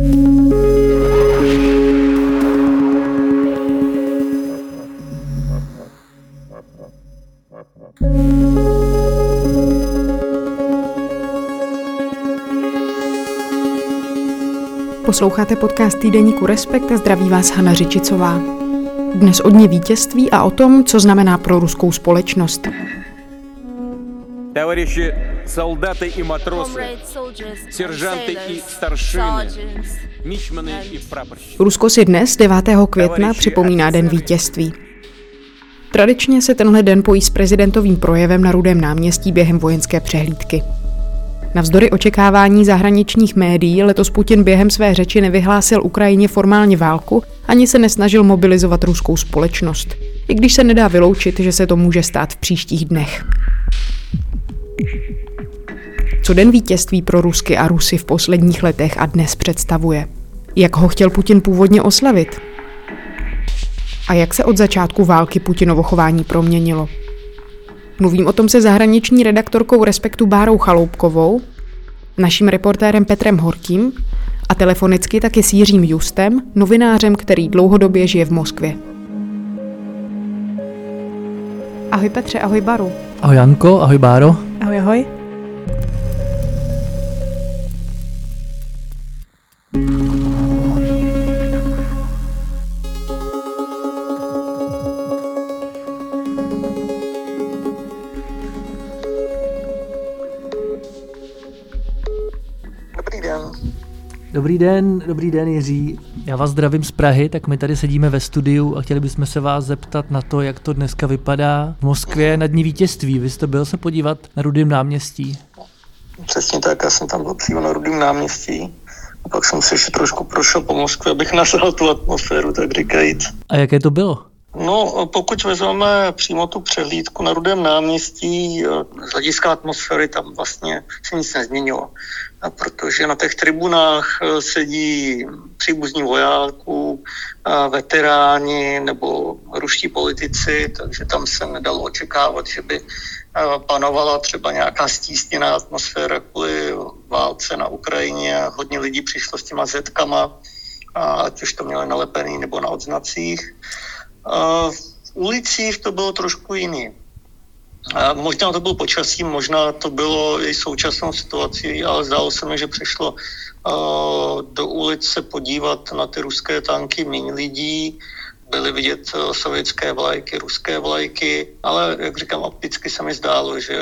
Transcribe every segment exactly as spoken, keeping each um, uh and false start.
Posloucháte podcast týdeníku Respekt a zdraví vás Hana Řičicová. Dnes o dni vítězství a o tom, co znamená pro ruskou společnost. Товарищи солдаты и матросы, сержанты и старшины, мичманы и прапорщики. Rusko si dnes, devátého května, připomíná Den vítězství. Tradičně se tenhle den pojí s prezidentovým projevem na Rudém náměstí během vojenské přehlídky. Navzdory očekávání zahraničních médií letos Putin během své řeči nevyhlásil Ukrajině formálně válku, ani se nesnažil mobilizovat ruskou společnost, i když se nedá vyloučit, že se to může stát v příštích dnech. Co Den vítězství pro Rusky a Rusy v posledních letech a dnes představuje? Jak ho chtěl Putin původně oslavit? A jak se od začátku války Putinovo chování proměnilo? Mluvím o tom se zahraniční redaktorkou Respektu Bárou Chaloupkovou, naším reportérem Petrem Horkým a telefonicky taky s Jiřím Justem, novinářem, který dlouhodobě žije v Moskvě. Ahoj Petře, ahoj Baru. Ahoj Janko, ahoj Báro. Ahoj, ahoj. Dobrý den, dobrý den Jiří. Já vás zdravím z Prahy, tak my tady sedíme ve studiu a chtěli bychom se vás zeptat na to, jak to dneska vypadá v Moskvě na Dni vítězství. Vy jste byl se podívat na Rudém náměstí? Přesně tak, já jsem tam byl přímo na Rudém náměstí. A pak jsem si ještě trošku prošel po Moskvě, abych nasal tu atmosféru, tak říkajíc. A jaké to bylo? No, pokud vezmeme přímo tu přehlídku na Rudém náměstí, z hlediska atmosféry tam vlastně se nic nezměnilo. Protože na těch tribunách sedí příbuzní vojáků, veteráni nebo ruští politici, takže tam se nedalo očekávat, že by panovala třeba nějaká stísněná atmosféra kvůli válce na Ukrajině. Hodně lidí přišlo s těma zetkama, ať už to měli nalepený nebo na odznacích. V ulicích to bylo trošku jiný. Možná to bylo počasí, možná to bylo i současnou situací, ale zdálo se mi, že přišlo do ulic se podívat na ty ruské tanky méně lidí, byly vidět sovětské vlajky, ruské vlajky, ale jak říkám, opticky se mi zdálo, že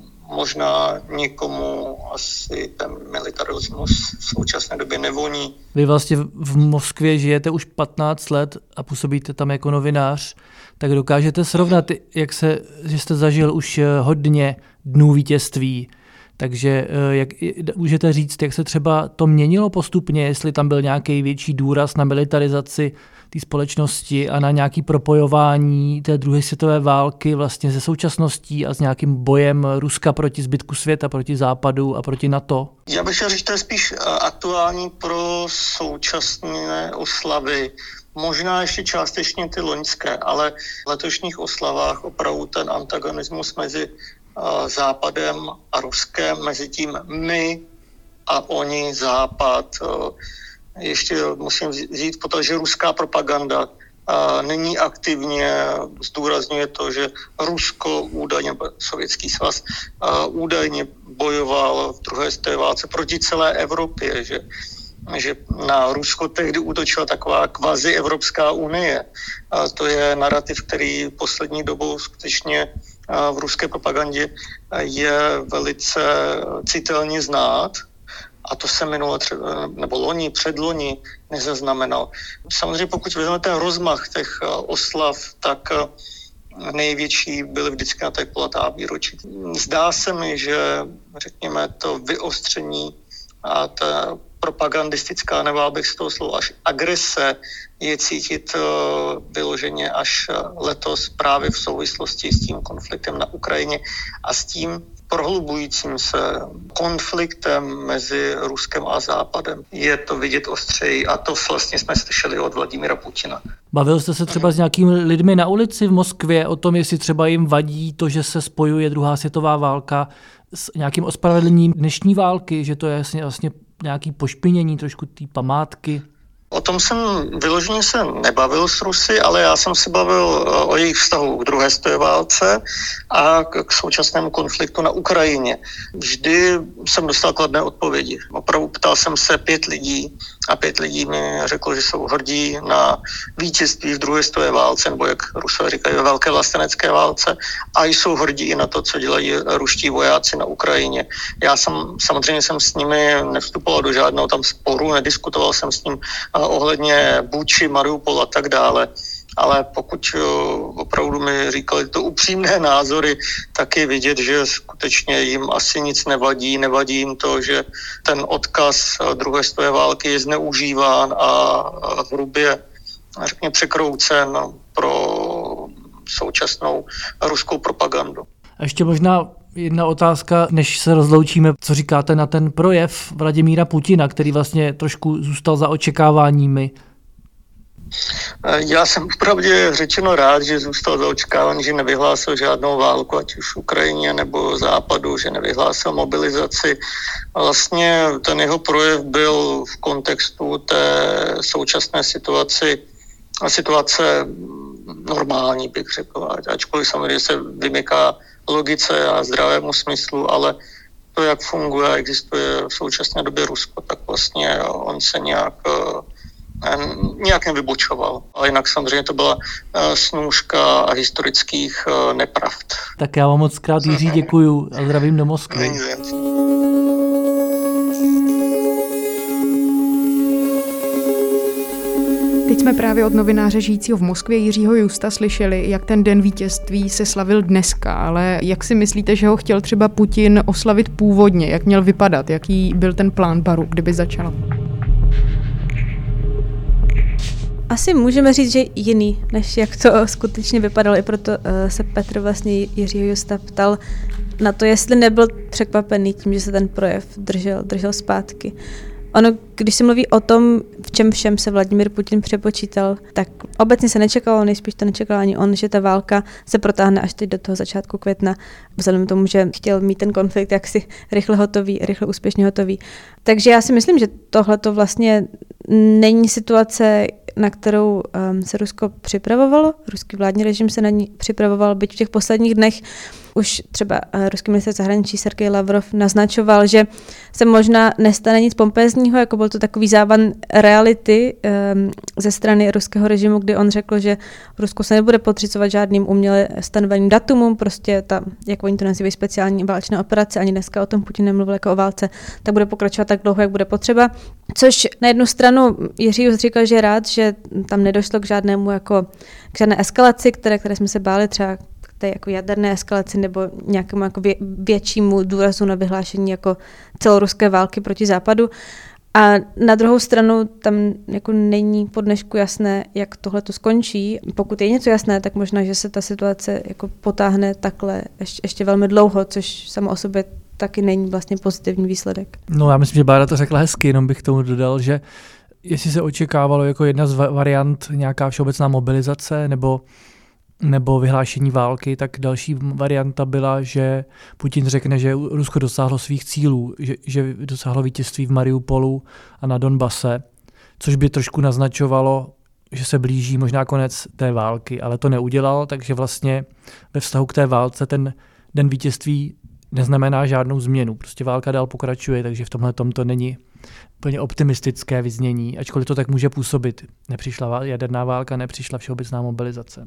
možná někomu asi ten militarismus v současné době nevoní. Vy vlastně v Moskvě žijete už patnáct let a působíte tam jako novinář, tak dokážete srovnat, jak se, že jste zažil už hodně dnů vítězství, takže jak můžete říct, jak se třeba to měnilo postupně, jestli tam byl nějaký větší důraz na militarizaci té společnosti a na nějaké propojování té druhé světové války vlastně se současností a s nějakým bojem Ruska proti zbytku světa, proti Západu a proti NATO? Já bych chtěl říct, to je spíš aktuální pro současné oslavy. Možná ještě částečně ty loňské, ale v letošních oslavách opravdu ten antagonismus mezi uh, Západem a Ruskem, mezi tím my a oni, Západ. Uh, ještě musím vzít v potaz, že ruská propaganda uh, není aktivně, zdůrazňuje to, že Rusko údajně, Sovětský svaz, uh, údajně bojoval v druhé světové válce proti celé Evropě, že že na Rusko tehdy útočila taková kvazi Evropská unie. A to je narrativ, který poslední dobou skutečně v ruské propagandě je velice citelně znát. A to se minule třeba, nebo loni, předloni nezaznamenal. Samozřejmě pokud vezmeme ten rozmach těch oslav, tak největší byly vždycky na té kulatá výročí. Zdá se mi, že řekněme to vyostření a ta propagandistická, nebo bych z toho slova až agrese je cítit uh, vyloženě až letos právě v souvislosti s tím konfliktem na Ukrajině a s tím prohlubujícím se konfliktem mezi Ruskem a Západem. Je to vidět ostřeji a to vlastně jsme slyšeli od Vladimira Putina. Bavil jste se třeba s nějakými lidmi na ulici v Moskvě o tom, jestli třeba jim vadí to, že se spojuje druhá světová válka s nějakým ospravedlněním dnešní války, že to je vlastně nějaký pošpinění trošku té památky? O tom jsem vyloženě se nebavil s Rusy, ale já jsem se bavil o jejich vztahu k druhé světové válce a k současnému konfliktu na Ukrajině. Vždy jsem dostal kladné odpovědi. Opravdu ptal jsem se pět lidí a pět lidí mi řeklo, že jsou hrdí na vítězství v druhé světové válce, nebo jak Rusové říkají, ve velké vlastenecké válce, a jsou hrdí i na to, co dělají ruští vojáci na Ukrajině. Já jsem samozřejmě jsem s nimi nevstupoval do žádného tam sporu, nediskutoval jsem s ním ohledně Buči, Mariupol a tak dále. Ale pokud opravdu mi říkali to upřímné názory, tak je vidět, že skutečně jim asi nic nevadí. Nevadí jim to, že ten odkaz druhé světové války je zneužíván a hrubě, řekněme, překroucen pro současnou ruskou propagandu. A ještě možná jedna otázka, než se rozloučíme, co říkáte na ten projev Vladimíra Putina, který vlastně trošku zůstal za očekáváními? Já jsem opravdu řečeno rád, že zůstal za očekávání, že nevyhlásil žádnou válku, ať už Ukrajině nebo Západu, že nevyhlásil mobilizaci. Vlastně ten jeho projev byl v kontextu té současné situaci, situace normální, bych řekl, ačkoliv samozřejmě se vymyká logice a zdravému smyslu, ale to, jak funguje a existuje v současné době Rusko, tak vlastně on se nějak, nějak nevybočoval. Ale jinak samozřejmě to byla snůška historických nepravd. Tak já vám moc krát, Jiří, děkuju a zdravím do Moskvy. Teď jsme právě od novináře žijícího v Moskvě Jiřího Justa slyšeli, jak ten den vítězství se slavil dneska, ale jak si myslíte, že ho chtěl třeba Putin oslavit původně, jak měl vypadat, jaký byl ten plán baru, kdyby začal? Asi můžeme říct, že jiný, než jak to skutečně vypadalo, i proto uh, se Petr vlastně Jiřího Justa ptal na to, jestli nebyl překvapený tím, že se ten projev držel, držel zpátky. Ono, když se mluví o tom, v čem všem se Vladimír Putin přepočítal, tak obecně se nečekalo, nejspíš to nečekal ani on, že ta válka se protáhne až teď do toho začátku května, vzhledem k tomu, že chtěl mít ten konflikt jaksi rychle hotový, rychle úspěšně hotový. Takže já si myslím, že tohle to vlastně není situace, na kterou um, se Rusko připravovalo. Ruský vládní režim se na ní připravoval, byť v těch posledních dnech už třeba uh, ruský ministr zahraničí Sergej Lavrov naznačoval, že se možná nestane nic pompézního, jako byl to takový závan reality um, ze strany ruského režimu, kdy on řekl, že Rusko se nebude podřizovat žádným uměle stanoveným datumům, prostě ta, jak oni to nazývají, speciální válečná operace, ani dneska o tom Putin nemluvil jako o válce, tak bude pokračovat tak dlouho, jak bude potřeba. Což na jednu stranu Jiří Just říkal, že je rád, že tam nedošlo k žádnému jako, k žádné eskalaci, které, které jsme se báli, třeba k té jako jaderné eskalaci nebo nějakému jako vě, většímu důrazu na vyhlášení jako celoruské války proti Západu. A na druhou stranu tam jako není po dnešku jasné, jak tohle to skončí. Pokud je něco jasné, tak možná, že se ta situace jako potáhne takhle ještě, ještě velmi dlouho, což samo o sobě taky není vlastně pozitivní výsledek. No já myslím, že Bára to řekla hezky, jenom bych k tomu dodal, že jestli se očekávalo jako jedna z variant nějaká všeobecná mobilizace nebo, nebo vyhlášení války, tak další varianta byla, že Putin řekne, že Rusko dosáhlo svých cílů, že, že dosáhlo vítězství v Mariupolu a na Donbase, což by trošku naznačovalo, že se blíží možná konec té války, ale to neudělal, takže vlastně ve vztahu k té válce ten den vítězství neznamená žádnou změnu. Prostě válka dál pokračuje, takže v tomhle tom to není plně optimistické vyznění, ačkoliv to tak může působit. Nepřišla jaderná válka, nepřišla všeobecná mobilizace.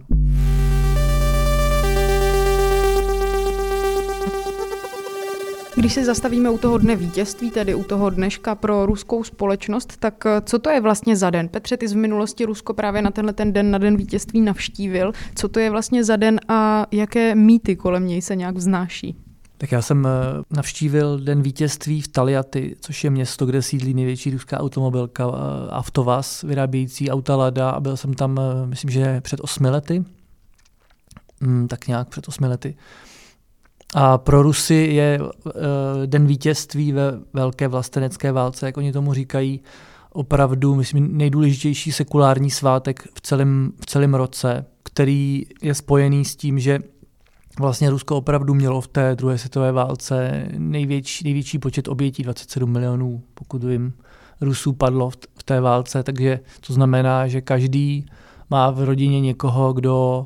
Když se zastavíme u toho dne vítězství, tedy u toho dneška pro ruskou společnost, tak co to je vlastně za den? Petře, ty jsi v minulosti Rusko právě na tenhle ten den, na den vítězství navštívil. Co to je vlastně za den a jaké mýty kolem něj se nějak vznáší? Tak já jsem navštívil den vítězství v Taliaty, což je město, kde sídlí největší ruská automobilka Avtovaz, vyrábějící auta Lada, a byl jsem tam, myslím, že před osmi lety, hmm, tak nějak před osmi lety. A pro Rusy je uh, den vítězství ve velké vlastenecké válce, jak oni tomu říkají, opravdu, myslím, nejdůležitější sekulární svátek v celém, v celém roce, který je spojený s tím, že Vlastně Rusko opravdu mělo v té druhé světové válce největší, největší počet obětí, dvacet sedm milionů, pokud vím, Rusů padlo v té válce, takže to znamená, že každý má v rodině někoho, kdo,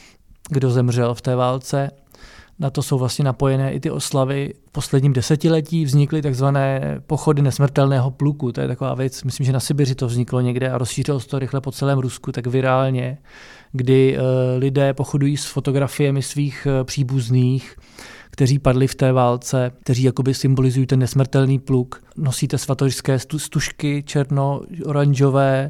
kdo zemřel v té válce. Na to jsou vlastně napojené i ty oslavy. V posledním desetiletí vznikly takzvané pochody nesmrtelného pluku. To je taková věc, myslím, že na Sibiři to vzniklo někde a rozšířilo se to rychle po celém Rusku, tak virálně, kdy uh, lidé pochodují s fotografiemi svých uh, příbuzných, kteří padli v té válce, kteří jakoby symbolizují ten nesmrtelný pluk. Nosíte svatořské stužky černo-oranžové,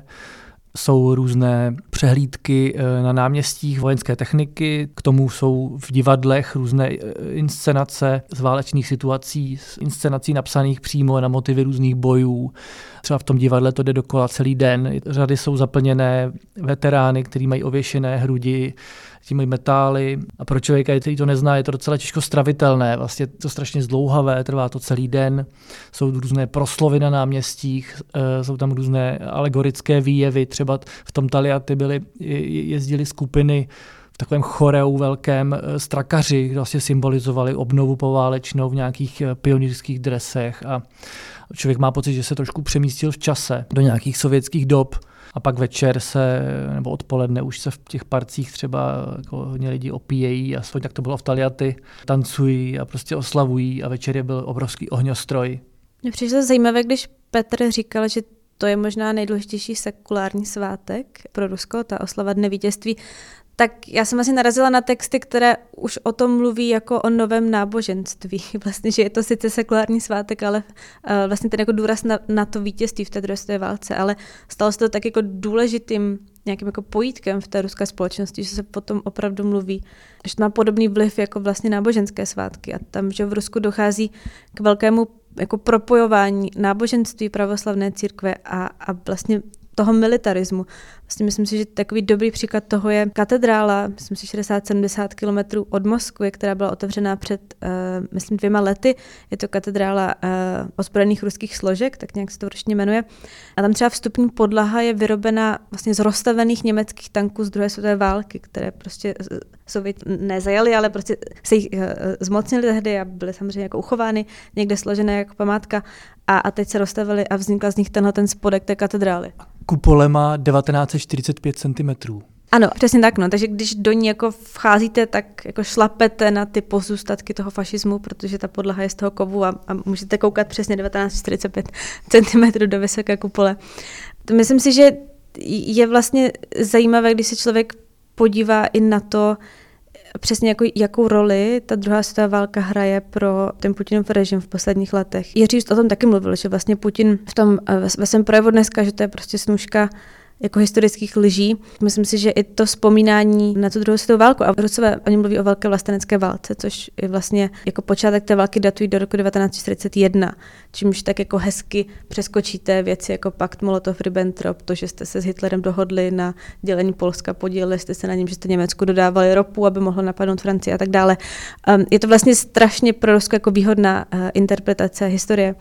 jsou různé přehlídky na náměstích vojenské techniky, k tomu jsou v divadlech různé inscenace z válečných situací, z inscenací napsaných přímo na motivy různých bojů. Třeba v tom divadle to jde dokola celý den. Řady jsou zaplněné veterány, kteří mají ověšené hrudi, tí mají metály. A pro člověka, který to nezná, je to docela těžko stravitelné. Vlastně to strašně zdlouhavé, trvá to celý den. Jsou různé proslovy na náměstích, jsou tam různé alegorické výjevy. Třeba v tom Taliaty byly, jezdili skupiny v takovém choreu velkém strakaři, vlastně symbolizovali obnovu poválečnou v nějakých pionýrských dresech a člověk má pocit, že se trošku přemístil v čase do nějakých sovětských dob a pak večer se, nebo odpoledne už se v těch parcích třeba jako hodně lidí opíjejí, aspoň tak to bylo v Taliaty, tancují a prostě oslavují a večer je byl obrovský ohňostroj. Mně přišlo zajímavé, když Petr říkal, že to je možná nejdůležitější sekulární svátek pro Rusko, ta oslava Dne vítězství, tak já jsem asi narazila na texty, které už o tom mluví jako o novém náboženství. Vlastně, že je to sice sekulární svátek, ale uh, vlastně ten jako důraz na, na to vítězství v té druhé světové válce, ale stalo se to tak jako důležitým nějakým jako pojítkem v té ruské společnosti, že se potom opravdu mluví, že to má podobný vliv jako vlastně náboženské svátky a tam, že v Rusku dochází k velkému jako propojování náboženství pravoslavné církve a, a vlastně toho militarismu. Vlastně myslím si, že takový dobrý příklad toho je katedrála, myslím si šedesát sedmdesát kilometrů od Moskvy, která byla otevřená před, uh, myslím, dvěma lety. Je to katedrála uh, ozbrojených ruských složek, tak nějak se to ručně jmenuje. A tam třeba vstupní podlaha je vyrobena vlastně z rozstavených německých tanků z druhé světové války, které prostě Sověti nezajali, ale prostě se jich uh, zmocnili tehdy a byly samozřejmě jako uchovány, někde složené jako památka a, a teď se rozstavili a vznikla z nich tenhle ten spodek té katedrály. Kupole má devatenáct set čtyřicet pět centimetrů. Ano, přesně tak, no. Takže když do ní jako vcházíte, tak jako šlapete na ty pozůstatky toho fašismu, protože ta podlaha je z toho kovu a, a můžete koukat přesně devatenáct set čtyřicet pět centimetrů do vysoké kupole. To myslím si, že je vlastně zajímavé, když se člověk podívá i na to, přesně jako, jakou roli ta druhá světová válka hraje pro ten Putinův režim v posledních letech. Jiří o tom taky mluvil, že vlastně Putin v tom ve svém projevu dneska, že to je prostě snůška jako historických lží. Myslím si, že i to vzpomínání na tu druhou světovou válku, a Rusové, oni mluví o velké vlastenecké válce, což je vlastně jako počátek té války datují do roku devatenáct set čtyřicet jedna, čímž tak jako hezky přeskočíte věci jako pakt Molotov-Ribbentrop, to, že jste se s Hitlerem dohodli na dělení Polska, podíleli jste se na něm, že jste Německu dodávali ropu, aby mohlo napadnout Francii a tak dále. Um, je to vlastně strašně pro Rusko jako výhodná uh, interpretace historie.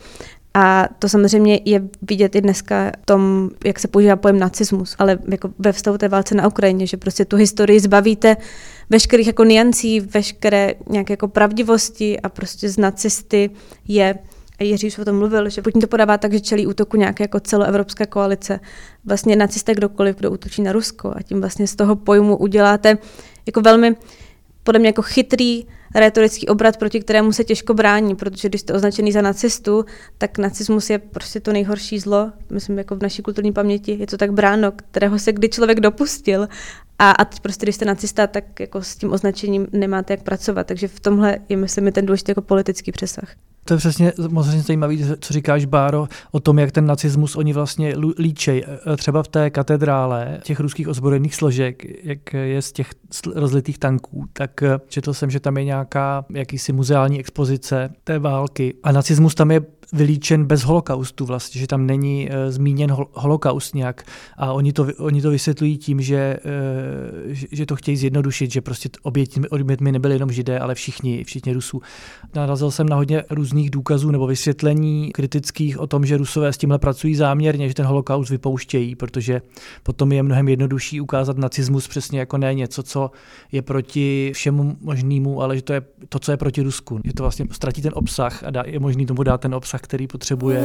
A to samozřejmě je vidět i dneska v tom, jak se používá pojem nacismus, ale jako ve vztahu té válce na Ukrajině, že prostě tu historii zbavíte veškerých jako niancí, veškeré nějaké jako pravdivosti a prostě z nacisty je, a Jiří už o tom mluvil, že Putin to podává tak, že čelí útoku nějaké jako celoevropské koalice. Vlastně nacisté kdokoliv, kdo útočí na Rusko a tím vlastně z toho pojmu uděláte jako velmi podle mě jako chytrý rétorický obrat, proti kterému se těžko brání, protože když jste označený za nacistu, tak nacismus je prostě to nejhorší zlo, myslím, jako v naší kulturní paměti, je to tak bráno, kterého se kdy člověk dopustil. A, a teď prostě, když jste nacista, tak jako s tím označením nemáte jak pracovat. Takže v tomhle je, myslím, ten důležitý jako politický přesah. To je přesně moc zajímavý, co říkáš, Báro, o tom, jak ten nacismus oni vlastně líčej. Třeba v té katedrále těch ruských ozbrojených složek, jak je z těch rozlitých tanků, tak četl jsem, že tam je nějaká jakýsi muzeální expozice té války. A nacismus tam je vylíčen bez holokaustu vlastně, že tam není uh, zmíněn hol- holokaust nějak a oni to, oni to vysvětlují tím, že, uh, že, že to chtějí zjednodušit, že prostě oběťmi, oběťmi nebyli jenom Židé, ale všichni, všichni Rusů. Narazil jsem na hodně různých důkazů nebo vysvětlení kritických o tom, že Rusové s tímhle pracují záměrně, že ten holokaust vypouštějí, protože potom je mnohem jednodušší ukázat nacismus přesně jako ne něco, co je proti všemu možnému, ale že to je to, co je proti Rusku. Že to vlastně ztratí ten obsah a dá, je možný tomu dát ten obsah, který potřebuje.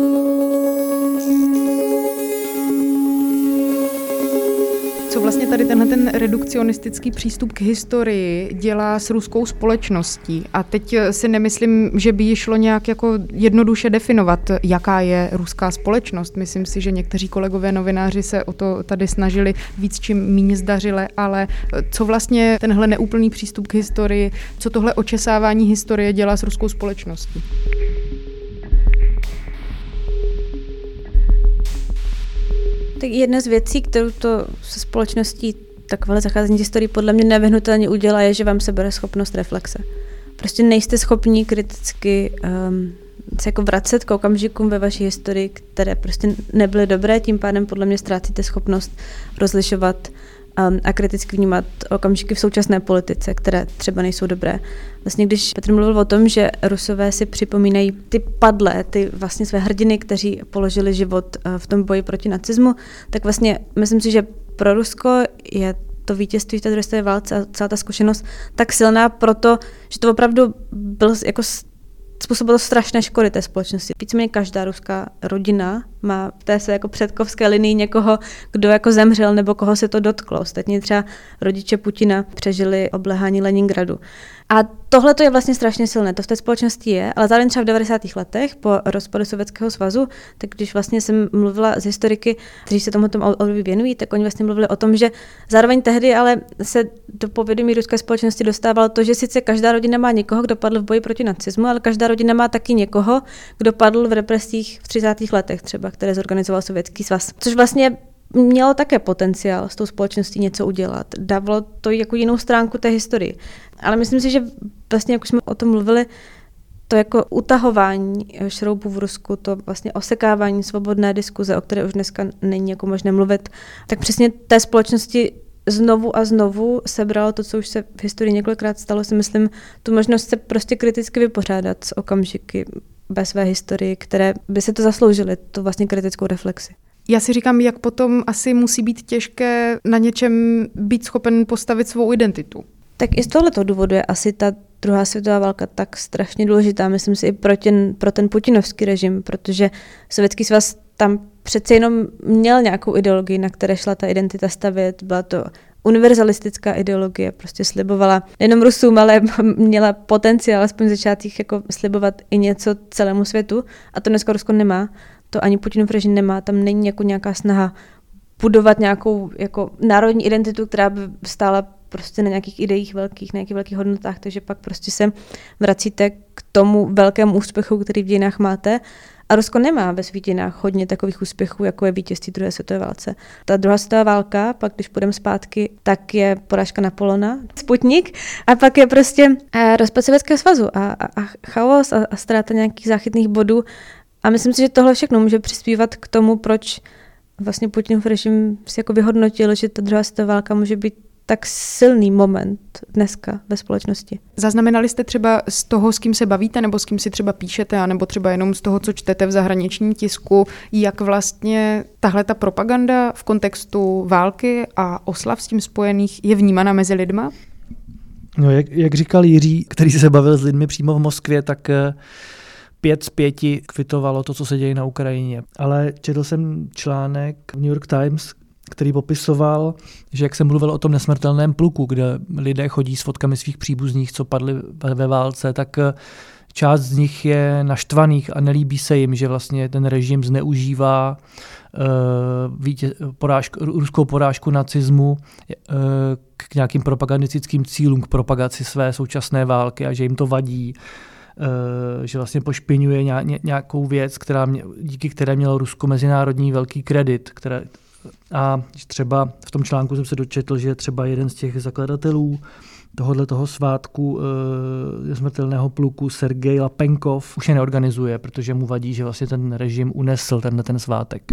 Co vlastně tady tenhle ten redukcionistický přístup k historii dělá s ruskou společností? A teď si nemyslím, že by ji šlo nějak jako jednoduše definovat, jaká je ruská společnost. Myslím si, že někteří kolegové novináři se o to tady snažili víc čím míň zdařile, ale co vlastně tenhle neúplný přístup k historii, co tohle očesávání historie dělá s ruskou společností? Tak jedna z věcí, kterou to se společností takové zacházení historii podle mě nevyhnutelně udělá, je, že vám se bere schopnost reflexe. Prostě nejste schopni kriticky um, se jako vracet k okamžikům ve vaší historii, které prostě nebyly dobré, tím pádem podle mě ztrácíte schopnost rozlišovat um, a kriticky vnímat okamžiky v současné politice, které třeba nejsou dobré. Vlastně když Petr mluvil o tom, že Rusové si připomínají ty padlé, ty vlastně své hrdiny, kteří položili život v tom boji proti nacismu, tak vlastně myslím si, že pro Rusko je to vítězství v té druhé světové válce a celá ta zkušenost tak silná proto, že to opravdu byl jako způsobilo strašné škody té společnosti. Víceméně každá ruská rodina má v té své jako předkovské linii někoho, kdo jako zemřel nebo koho se to dotklo. Ostatně třeba rodiče Putina přežili obléhání Leningradu. A tohle to je vlastně strašně silné, to v té společnosti je, ale zároveň třeba v devadesátých letech po rozpadu Sovětského svazu, tak když vlastně jsem mluvila s historiky, kteří se tomu tomu období věnují, tak oni vlastně mluvili o tom, že zároveň tehdy ale se do povědomí ruské společnosti dostávalo to, že sice každá rodina má někoho, kdo padl v boji proti nacismu, ale každá rodina má taky někoho, kdo padl v represích v třicátých letech třeba, které zorganizoval Sovětský svaz. Což vlastně mělo také potenciál s tou společností něco udělat. Dávalo to jako jinou stránku té historii. Ale myslím si, že vlastně, jak už jsme o tom mluvili, to jako utahování šroubů v Rusku, to vlastně osekávání svobodné diskuze, o které už dneska není jako možné mluvit, tak přesně té společnosti znovu a znovu sebralo to, co už se v historii několikrát stalo, si myslím, tu možnost se prostě kriticky vypořádat s okamžiky ve své historii, které by se to zasloužily, tu vlastně kritickou reflexi. Já si říkám, jak potom asi musí být těžké na něčem být schopen postavit svou identitu. Tak i z tohoto důvodu je asi ta druhá světová válka tak strašně důležitá, myslím si, i pro ten, pro ten putinovský režim, protože Sovětský svaz tam přece jenom měl nějakou ideologii, na které šla ta identita stavět. Byla to univerzalistická ideologie, prostě slibovala nejenom Rusům, ale měla potenciál aspoň začátých jako slibovat i něco celému světu. A to dneska Rusko nemá. To ani Putinův režim nemá. Tam není jako nějaká snaha budovat nějakou jako národní identitu, která by stála prostě na nějakých ideích velkých, na nějakých velkých hodnotách, takže pak prostě se vracíte k tomu velkému úspěchu, který v dějinách máte. A Rusko nemá ve svých dějinách hodně takových úspěchů, jako je vítězství druhé světové válce. Ta druhá světová válka, pak když půjdeme zpátky, tak je porážka Napoleona, Sputnik, a pak je prostě rozpad Sovětského svazu a, a, a chaos a, a ztráta nějakých záchytných bodů. A myslím si, že tohle všechno může přispívat k tomu, proč vlastně Putinův režim si jako vyhodnotil, že ta druhá světová válka může být tak silný moment dneska ve společnosti. Zaznamenali jste třeba z toho, s kým se bavíte, nebo s kým si třeba píšete, anebo třeba jenom z toho, co čtete v zahraničním tisku, jak vlastně tahle ta propaganda v kontextu války a oslav s tím spojených je vnímána mezi lidma? No, jak, jak říkal Jiří, který se bavil s lidmi přímo v Moskvě, tak pět z pěti kvitovalo to, co se děje na Ukrajině. Ale četl jsem článek v New York Times, který popisoval, že jak jsem mluvil o tom nesmrtelném pluku, kde lidé chodí s fotkami svých příbuzných, co padli ve válce, tak část z nich je naštvaných a nelíbí se jim, že vlastně ten režim zneužívá uh, vítě, porážku, ruskou porážku nacismu uh, k nějakým propagandistickým cílům, k propagaci své současné války a že jim to vadí. Uh, že vlastně pošpiňuje nějakou věc, která mě, díky které mělo Rusko mezinárodní velký kredit, které a třeba v tom článku jsem se dočetl, že třeba jeden z těch zakladatelů tohohle toho svátku e, smrtelného pluku Sergej Lapenkov už je neorganizuje, protože mu vadí, že vlastně ten režim unesl tenhle ten svátek.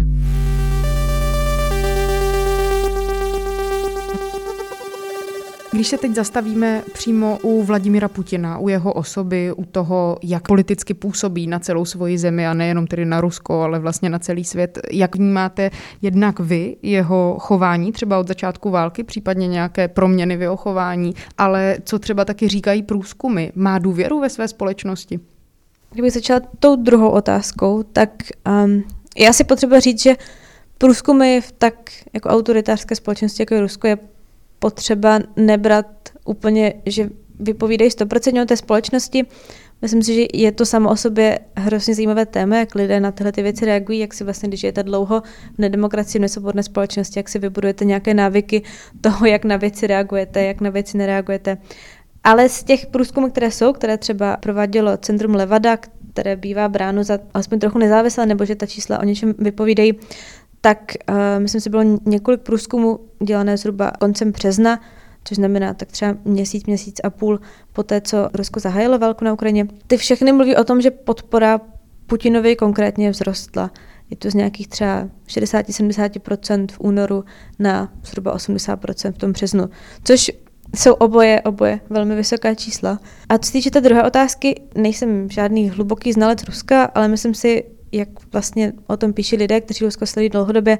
Když se teď zastavíme přímo u Vladimira Putina, u jeho osoby, u toho, jak politicky působí na celou svoji zemi a nejenom tedy na Rusko, ale vlastně na celý svět, jak vnímáte jednak vy jeho chování třeba od začátku války, případně nějaké proměny v jeho chování, ale co třeba taky říkají průzkumy, má důvěru ve své společnosti? Kdybych začala tou druhou otázkou, tak um, já si potřebuji říct, že průzkumy v tak jako autoritářské společnosti, jako je Rusko, je potřeba nebrat úplně, že vypovídají sto procent o té společnosti. Myslím si, že je to samo o sobě hrozně zajímavé téma, jak lidé na tyhle ty věci reagují, jak si vlastně, když žijete dlouho v nedemokracii, v nesvobodné společnosti, jak si vybudujete nějaké návyky toho, jak na věci reagujete, jak na věci nereagujete. Ale z těch průzkumů, které jsou, které třeba provádělo Centrum Levada, které bývá bráno za alespoň trochu nezávislé, nebo že ta čísla o něčem vypovídají, tak uh, myslím si, bylo několik průzkumů dělané zhruba koncem března, což znamená tak třeba měsíc, měsíc a půl po té, co Rusko zahájilo válku na Ukrajině. Ty všechny mluví o tom, že podpora Putinovi konkrétně vzrostla. Je to z nějakých třeba šedesát až sedmdesát procent v únoru na zhruba osmdesát procent v tom březnu, což jsou oboje, oboje velmi vysoká čísla. A co se týče té druhé otázky, nejsem žádný hluboký znalec Ruska, ale myslím si, jak vlastně o tom píší lidé, kteří Rusko sledují dlouhodobě,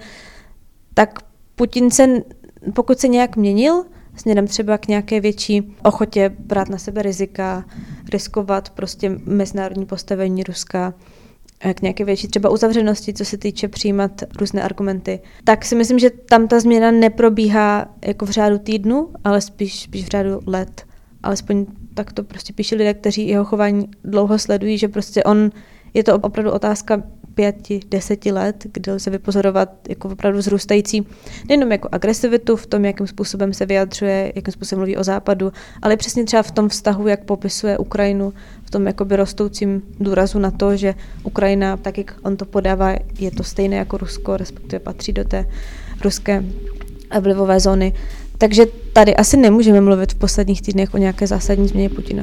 tak Putin se, pokud se nějak měnil, směrem třeba k nějaké větší ochotě brát na sebe rizika, riskovat prostě mezinárodní postavení Ruska, k nějaké větší třeba uzavřenosti, co se týče přijímat různé argumenty, tak si myslím, že tam ta změna neprobíhá jako v řádu týdnu, ale spíš, spíš v řádu let. Alespoň tak to prostě píší lidé, kteří jeho chování dlouho sledují, že prostě on, je to opravdu otázka pěti, deseti let, kdy lze vypozorovat jako opravdu vzrůstající nejenom jako agresivitu v tom, jakým způsobem se vyjadřuje, jakým způsobem mluví o západu, ale přesně třeba v tom vztahu, jak popisuje Ukrajinu, v tom jakoby rostoucím důrazu na to, že Ukrajina, tak jak on to podává, je to stejné jako Rusko, respektive patří do té ruské vlivové zóny. Takže tady asi nemůžeme mluvit v posledních týdnech o nějaké zásadní změně Putina.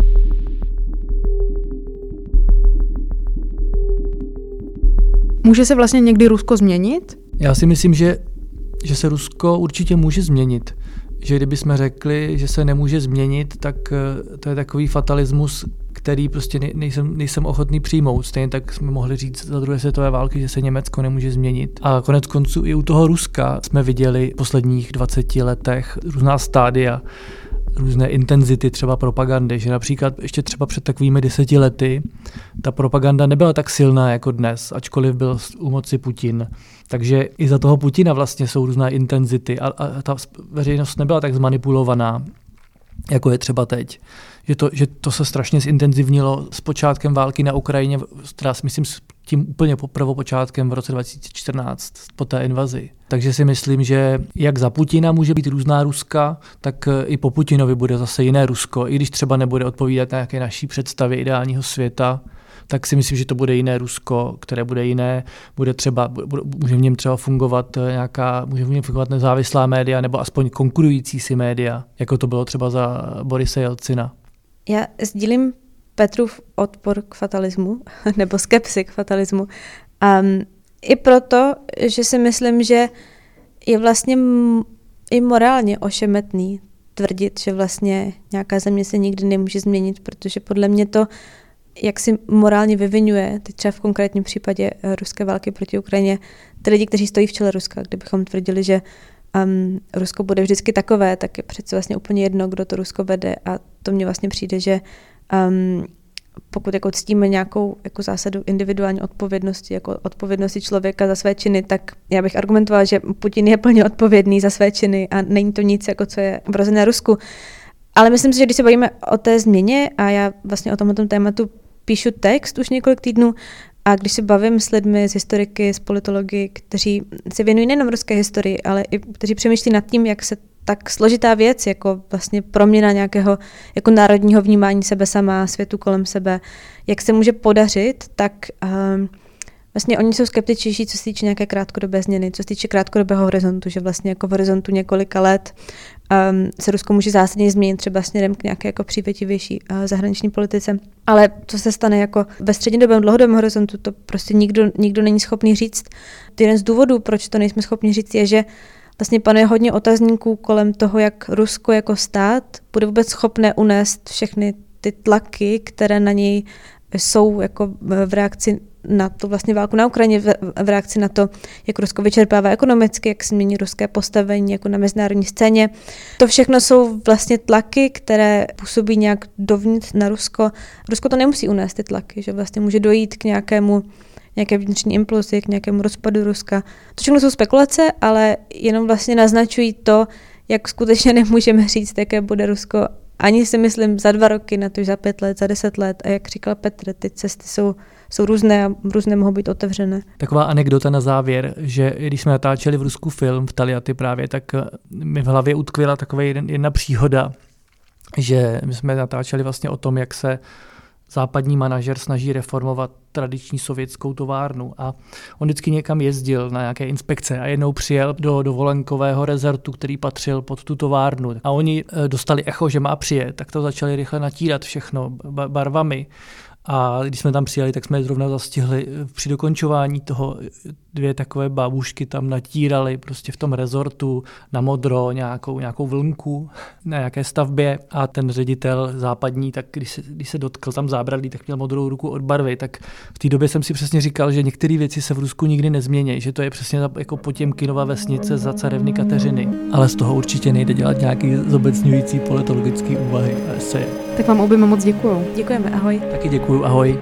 Může se vlastně někdy Rusko změnit? Já si myslím, že, že se Rusko určitě může změnit. Že kdybychom řekli, že se nemůže změnit, tak to je takový fatalismus, který prostě nejsem, nejsem ochotný přijmout. Stejně tak jsme mohli říct za druhé světové války, že se Německo nemůže změnit. A konec konců i u toho Ruska jsme viděli v posledních dvaceti letech různá stádia, různé intenzity třeba propagandy, že například ještě třeba před takovými deseti lety ta propaganda nebyla tak silná jako dnes, ačkoliv byl u moci Putin. Takže i za toho Putina vlastně jsou různé intenzity a, a ta veřejnost nebyla tak zmanipulovaná, jako je třeba teď. Že to, že to se strašně zintenzivnilo s počátkem války na Ukrajině, teda myslím s tím úplně prvopočátkem v roce dva tisíce čtrnáct po té invazi. Takže si myslím, že jak za Putina může být různá Ruska, tak i po Putinovi bude zase jiné Rusko. I když třeba nebude odpovídat na nějaké naší představě ideálního světa, tak si myslím, že to bude jiné Rusko, které bude jiné, bude třeba, bude, může v něm třeba fungovat nějaká, může v něm fungovat nezávislá média, nebo aspoň konkurující si média, jako to bylo třeba za Borise Jelcina. Já sdílím Petrův odpor k fatalismu, nebo skepsi k fatalismu. Um, I proto, že si myslím, že je vlastně m- i morálně ošemetný tvrdit, že vlastně nějaká země se nikdy nemůže změnit, protože podle mě to, jak si morálně vyvinuje, teď třeba v konkrétním případě ruské války proti Ukrajině, ty lidi, kteří stojí v čele Ruska, kdybychom tvrdili, že um, Rusko bude vždycky takové, tak je přece vlastně úplně jedno, kdo to Rusko vede, a to mně vlastně přijde, že um, pokud jako ctíme nějakou jako zásadu individuální odpovědnosti, jako odpovědnosti člověka za své činy, tak já bych argumentovala, že Putin je plně odpovědný za své činy a není to nic, jako co je vrozené Rusku. Ale myslím si, že když se bavíme o té změně, a já vlastně o tomto tématu píšu text už několik týdnů, a když se bavím s lidmi, s historiky, s politology, kteří se věnují nejenom ruské historii, ale i kteří přemýšlí nad tím, jak se tak složitá věc, jako vlastně proměna nějakého jako národního vnímání sebe sama, světu kolem sebe, jak se může podařit, tak um, Vlastně oni jsou skeptičtější, co se týče nějaké krátkodobé změny, co se týče krátkodobého horizontu, že vlastně jako v horizontu několika let um, se Rusko může zásadně změnit třeba směrem k nějaké jako přívětivější uh, zahraniční politice. Ale co se stane jako ve střednědobém dlouhodobém horizontu, to prostě nikdo, nikdo není schopný říct. Jeden z důvodů, proč to nejsme schopni říct, je, že vlastně panuje hodně otazníků kolem toho, jak Rusko jako stát bude vůbec schopné unést všechny ty tlaky, které na něj jsou jako v reakci na tu vlastně válku na Ukrajině, v reakci na to, jak Rusko vyčerpává ekonomicky, jak se mění ruské postavení jako na mezinárodní scéně. To všechno jsou vlastně tlaky, které působí nějak dovnitř na Rusko. Rusko to nemusí unést ty tlaky, že vlastně může dojít k nějakému nějaké vnitřní impulzy, k nějakému rozpadu Ruska. To všechno jsou spekulace, ale jenom vlastně naznačují to, jak skutečně nemůžeme říct, jaké bude Rusko. Ani si myslím za dva roky, na to za pět let, za deset let. A jak říkal Petr, ty cesty jsou, jsou různé a různé mohou být otevřené. Taková anekdota na závěr, že když jsme natáčeli v Rusku film v Taliaty právě, tak mi v hlavě utkvěla taková jedna příhoda, že my jsme natáčeli vlastně o tom, jak se západní manažer snaží reformovat tradiční sovětskou továrnu a on vždycky někam jezdil na nějaké inspekce a jednou přijel do dovolenkového rezortu, který patřil pod tu továrnu a oni dostali echo, že má přijet, tak to začali rychle natírat všechno barvami. A když jsme tam přijeli, tak jsme je zrovna zastihli při dokončování toho, dvě takové babušky tam natírali prostě v tom rezortu na modro nějakou, nějakou vlnku na nějaké stavbě a ten ředitel západní, tak když se, když se dotkl tam zábradlí, tak měl modrou ruku od barvy, tak v té době jsem si přesně říkal, že některé věci se v Rusku nikdy nezmění, že to je přesně jako Potěmkinova vesnice za carevny Kateřiny, ale z toho určitě nejde dělat nějaký zobecňující politologický úvahy a eseje. Tak vám oběma moc děkuju. Děkujeme, ahoj. Taky děkuju, ahoj.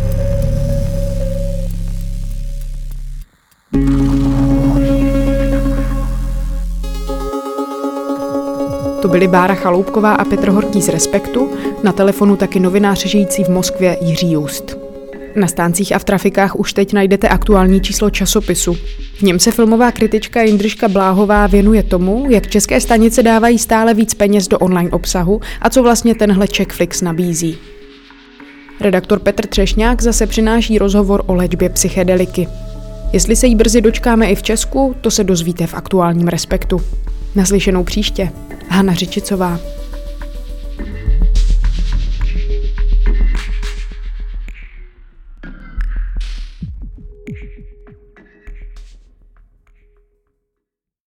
To byli Bára Chaloupková a Petr Horký z Respektu, na telefonu taky novinář žijící v Moskvě Jiří Just. Na stáncích a v trafikách už teď najdete aktuální číslo časopisu. V něm se filmová kritička Jindřiška Bláhová věnuje tomu, jak české stanice dávají stále víc peněz do online obsahu a co vlastně tenhle Czechflix nabízí. Redaktor Petr Třešňák zase přináší rozhovor o léčbě psychedeliky. Jestli se jí brzy dočkáme i v Česku, to se dozvíte v aktuálním Respektu. Naslyšenou příště. Hana Řičicová.